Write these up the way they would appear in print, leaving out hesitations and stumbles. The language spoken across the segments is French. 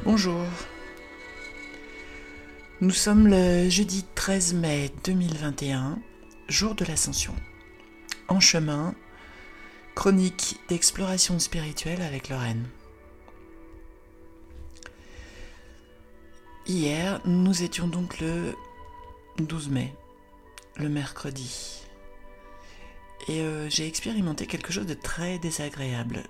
Bonjour, nous sommes le jeudi 13 mai 2021, jour de l'Ascension. En chemin, chronique d'exploration spirituelle avec Lorraine. Hier, nous étions donc le 12 mai, le mercredi. Et j'ai expérimenté quelque chose de très désagréable.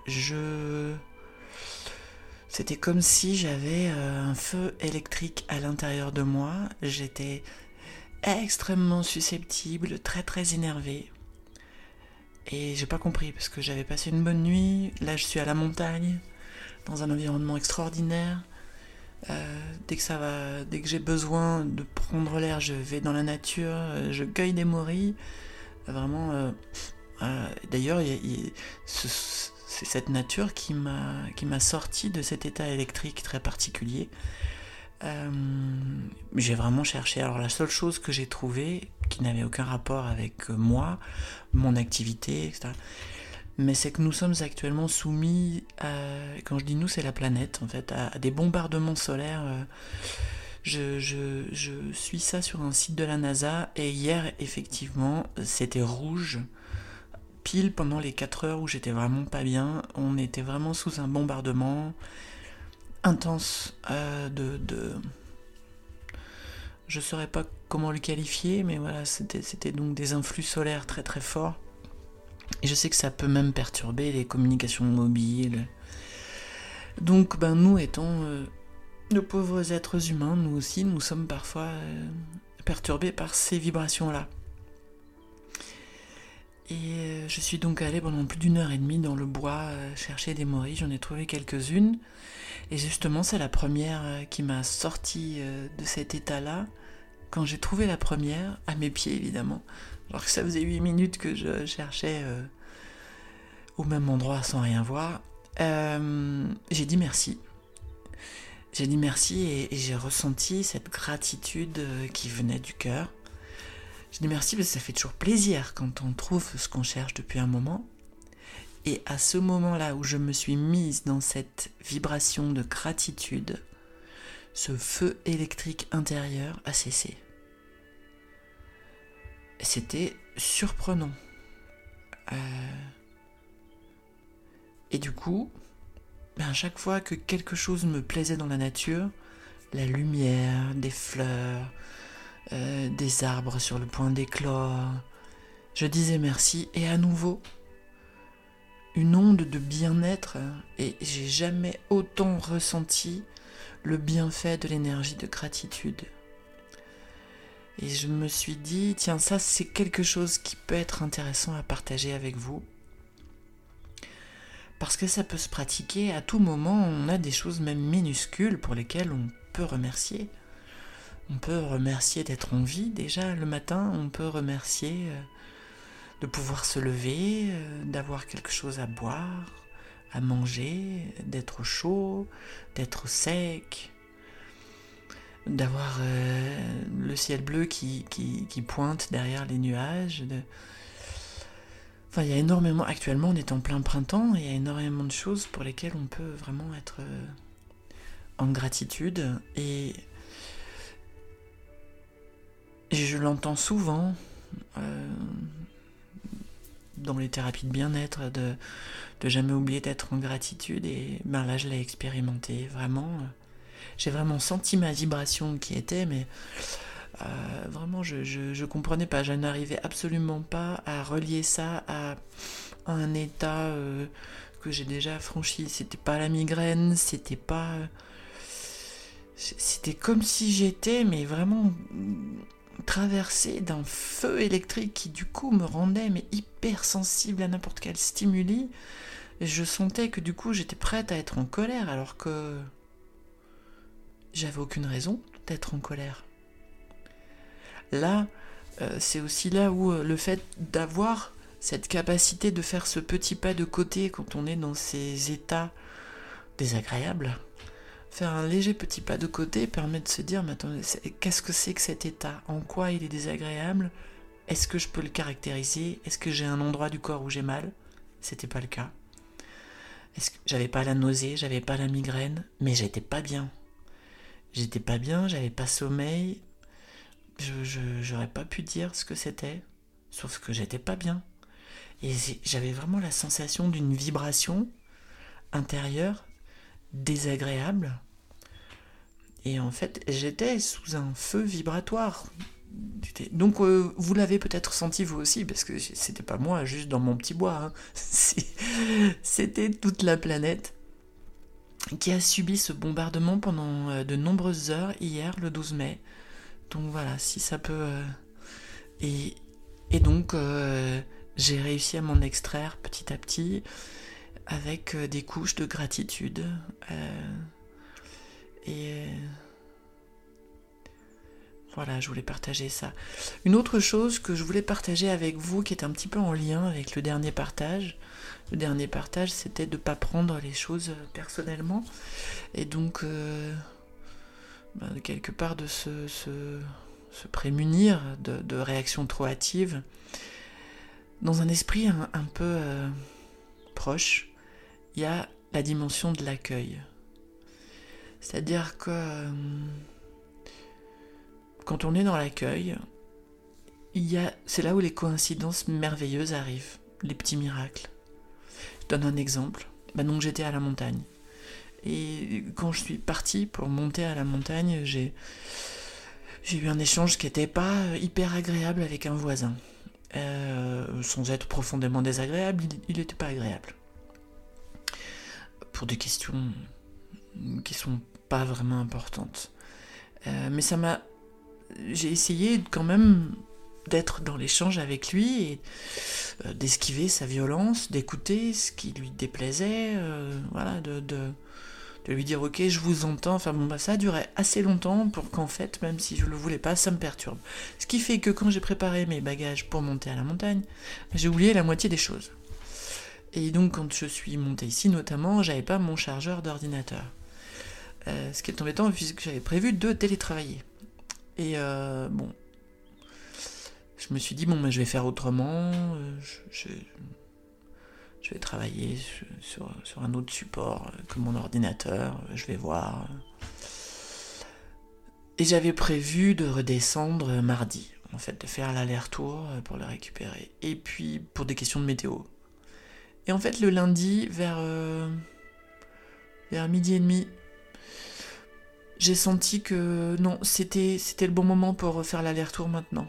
C'était comme si j'avais un feu électrique à l'intérieur de moi. J'étais extrêmement susceptible, très très énervée. Et j'ai pas compris parce que j'avais passé une bonne nuit. Là, je suis à la montagne, dans un environnement extraordinaire. Dès que j'ai besoin de prendre l'air, je vais dans la nature, je cueille des morilles. Vraiment. D'ailleurs, c'est cette nature qui m'a sorti de cet état électrique très particulier. J'ai vraiment cherché. Alors la seule chose que j'ai trouvée, qui n'avait aucun rapport avec moi, mon activité, etc., mais c'est que nous sommes actuellement soumis quand je dis nous, c'est la planète en fait, à des bombardements solaires. Je suis ça sur un site de la NASA et hier effectivement c'était rouge. Pile pendant les 4 heures où j'étais vraiment pas bien, on était vraiment sous un bombardement intense je saurais pas comment le qualifier, mais voilà, c'était donc des influx solaires très très forts. Et je sais que ça peut même perturber les communications mobiles. Donc nous étant de pauvres êtres humains, nous aussi, nous sommes parfois perturbés par ces vibrations-là. Et je suis donc allée pendant plus d'1 heure et demie dans le bois chercher des morilles, j'en ai trouvé quelques-unes. Et justement, c'est la première qui m'a sorti de cet état-là. Quand j'ai trouvé la première, à mes pieds évidemment, alors que ça faisait 8 minutes que je cherchais au même endroit sans rien voir, j'ai dit merci. J'ai dit merci et j'ai ressenti cette gratitude qui venait du cœur. J'ai dit merci parce que ça fait toujours plaisir quand on trouve ce qu'on cherche depuis un moment. Et à ce moment-là où je me suis mise dans cette vibration de gratitude, ce feu électrique intérieur a cessé. C'était surprenant. Et du coup, à chaque fois que quelque chose me plaisait dans la nature, la lumière, des fleurs, des arbres sur le point d'éclore, je disais merci et à nouveau, une onde de bien-être et j'ai jamais autant ressenti le bienfait de l'énergie de gratitude. Et je me suis dit, tiens, ça c'est quelque chose qui peut être intéressant à partager avec vous. Parce que ça peut se pratiquer à tout moment, on a des choses même minuscules pour lesquelles on peut remercier. On peut remercier d'être en vie déjà le matin, on peut remercier de pouvoir se lever, d'avoir quelque chose à boire, à manger, d'être au chaud, d'être au sec, d'avoir le ciel bleu qui pointe derrière les nuages. Enfin, il y a énormément, actuellement on est en plein printemps, et il y a énormément de choses pour lesquelles on peut vraiment être en gratitude. Et je l'entends souvent dans les thérapies de bien-être, de jamais oublier d'être en gratitude, et là je l'ai expérimenté, vraiment. J'ai vraiment senti ma vibration qui était, mais vraiment je comprenais pas, je n'arrivais absolument pas à relier ça à un état que j'ai déjà franchi. C'était pas la migraine, c'était comme si j'étais, mais vraiment traversée d'un feu électrique qui du coup me rendait hyper sensible à n'importe quel stimuli. Et je sentais que du coup j'étais prête à être en colère alors que j'avais aucune raison d'être en colère. Là, c'est aussi là où le fait d'avoir cette capacité de faire ce petit pas de côté quand on est dans ces états désagréables, faire un léger petit pas de côté permet de se dire, mais attendez, qu'est-ce que c'est que cet état ? En quoi il est désagréable ? Est-ce que je peux le caractériser ? Est-ce que j'ai un endroit du corps où j'ai mal ? C'était pas le cas. Est-ce que j'avais pas la nausée, j'avais pas la migraine, mais j'étais pas bien. J'étais pas bien, j'avais pas sommeil. J'aurais pas pu dire ce que c'était, sauf que j'étais pas bien. Et j'avais vraiment la sensation d'une vibration intérieure désagréable. Et en fait, j'étais sous un feu vibratoire. Donc vous l'avez peut-être senti vous aussi, parce que c'était pas moi juste dans mon petit bois, hein. C'était toute la planète qui a subi ce bombardement pendant de nombreuses heures hier, le 12 mai. Donc voilà, si ça peut... Et donc j'ai réussi à m'en extraire petit à petit avec des couches de gratitude. Voilà, je voulais partager ça. Une autre chose que je voulais partager avec vous, qui est un petit peu en lien avec le dernier partage. Le dernier partage, c'était de ne pas prendre les choses personnellement. Et donc, quelque part, de se prémunir de réactions trop hâtives. Dans un esprit un peu proche, il y a la dimension de l'accueil. C'est-à-dire que... quand on est dans l'accueil, c'est là où les coïncidences merveilleuses arrivent, les petits miracles. Je donne un exemple. Donc j'étais à la montagne. Et quand je suis partie pour monter à la montagne, j'ai eu un échange qui n'était pas hyper agréable avec un voisin. Sans être profondément désagréable, il n'était pas agréable. Pour des questions qui sont pas vraiment importantes. Mais ça m'a... J'ai essayé quand même d'être dans l'échange avec lui et d'esquiver sa violence, d'écouter ce qui lui déplaisait, voilà, de lui dire ok, je vous entends. Enfin bon, ça a duré assez longtemps pour qu'en fait, même si je le voulais pas, ça me perturbe. Ce qui fait que quand j'ai préparé mes bagages pour monter à la montagne, j'ai oublié la moitié des choses. Et donc quand je suis montée ici notamment, j'avais pas mon chargeur d'ordinateur. Ce qui est embêtant puisque j'avais prévu de télétravailler. Et bon, je me suis dit, je vais faire autrement, je vais travailler sur un autre support que mon ordinateur, je vais voir. Et j'avais prévu de redescendre mardi, en fait, de faire l'aller-retour pour le récupérer. Et puis, pour des questions de météo. Et en fait, le lundi, vers midi et demi, j'ai senti que non, c'était le bon moment pour refaire l'aller-retour maintenant.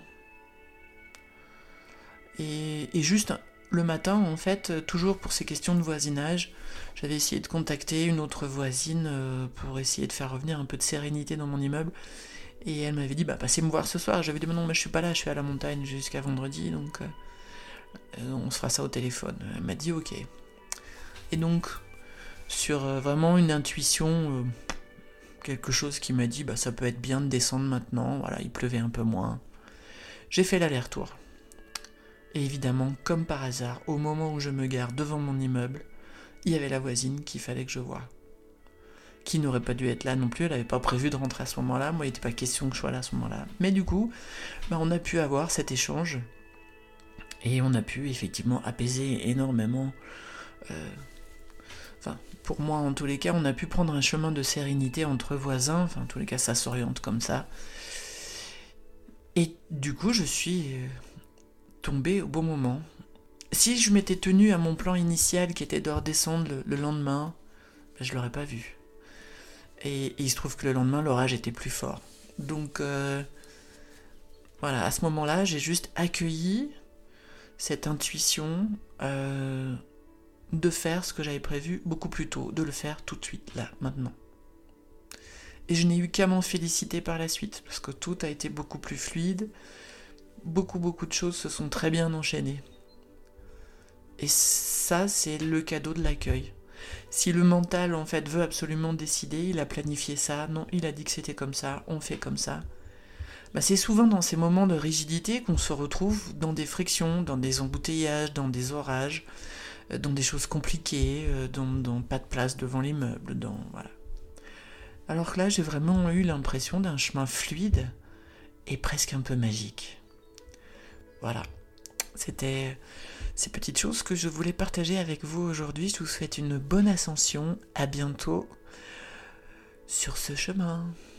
Et juste le matin, en fait, toujours pour ces questions de voisinage, j'avais essayé de contacter une autre voisine pour essayer de faire revenir un peu de sérénité dans mon immeuble. Et elle m'avait dit, passez me voir ce soir. J'avais dit, non, mais je suis pas là, je suis à la montagne jusqu'à vendredi, donc on se fera ça au téléphone. Elle m'a dit, ok. Et donc, sur vraiment une intuition... quelque chose qui m'a dit ça peut être bien de descendre maintenant, voilà, il pleuvait un peu moins. J'ai fait l'aller-retour. Et évidemment, comme par hasard, au moment où je me gare devant mon immeuble, il y avait la voisine qu'il fallait que je voie. Qui n'aurait pas dû être là non plus, elle n'avait pas prévu de rentrer à ce moment-là, moi il n'était pas question que je sois là à ce moment-là. Mais du coup, on a pu avoir cet échange, et on a pu effectivement apaiser énormément... pour moi, en tous les cas, on a pu prendre un chemin de sérénité entre voisins. En tous les cas, ça s'oriente comme ça. Et du coup, je suis tombé au bon moment. Si je m'étais tenu à mon plan initial, qui était de redescendre le lendemain, je l'aurais pas vu. Et il se trouve que le lendemain, l'orage était plus fort. Donc, voilà, à ce moment-là, j'ai juste accueilli cette intuition... de faire ce que j'avais prévu beaucoup plus tôt, de le faire tout de suite, là, maintenant. Et je n'ai eu qu'à m'en féliciter par la suite, parce que tout a été beaucoup plus fluide, beaucoup de choses se sont très bien enchaînées. Et ça, c'est le cadeau de l'accueil. Si le mental, en fait, veut absolument décider, il a planifié ça, non, il a dit que c'était comme ça, on fait comme ça. C'est souvent dans ces moments de rigidité qu'on se retrouve dans des frictions, dans des embouteillages, dans des orages, dans des choses compliquées, dans pas de place devant l'immeuble, voilà. Alors que là, j'ai vraiment eu l'impression d'un chemin fluide et presque un peu magique. Voilà. C'était ces petites choses que je voulais partager avec vous aujourd'hui. Je vous souhaite une bonne ascension. À bientôt sur ce chemin.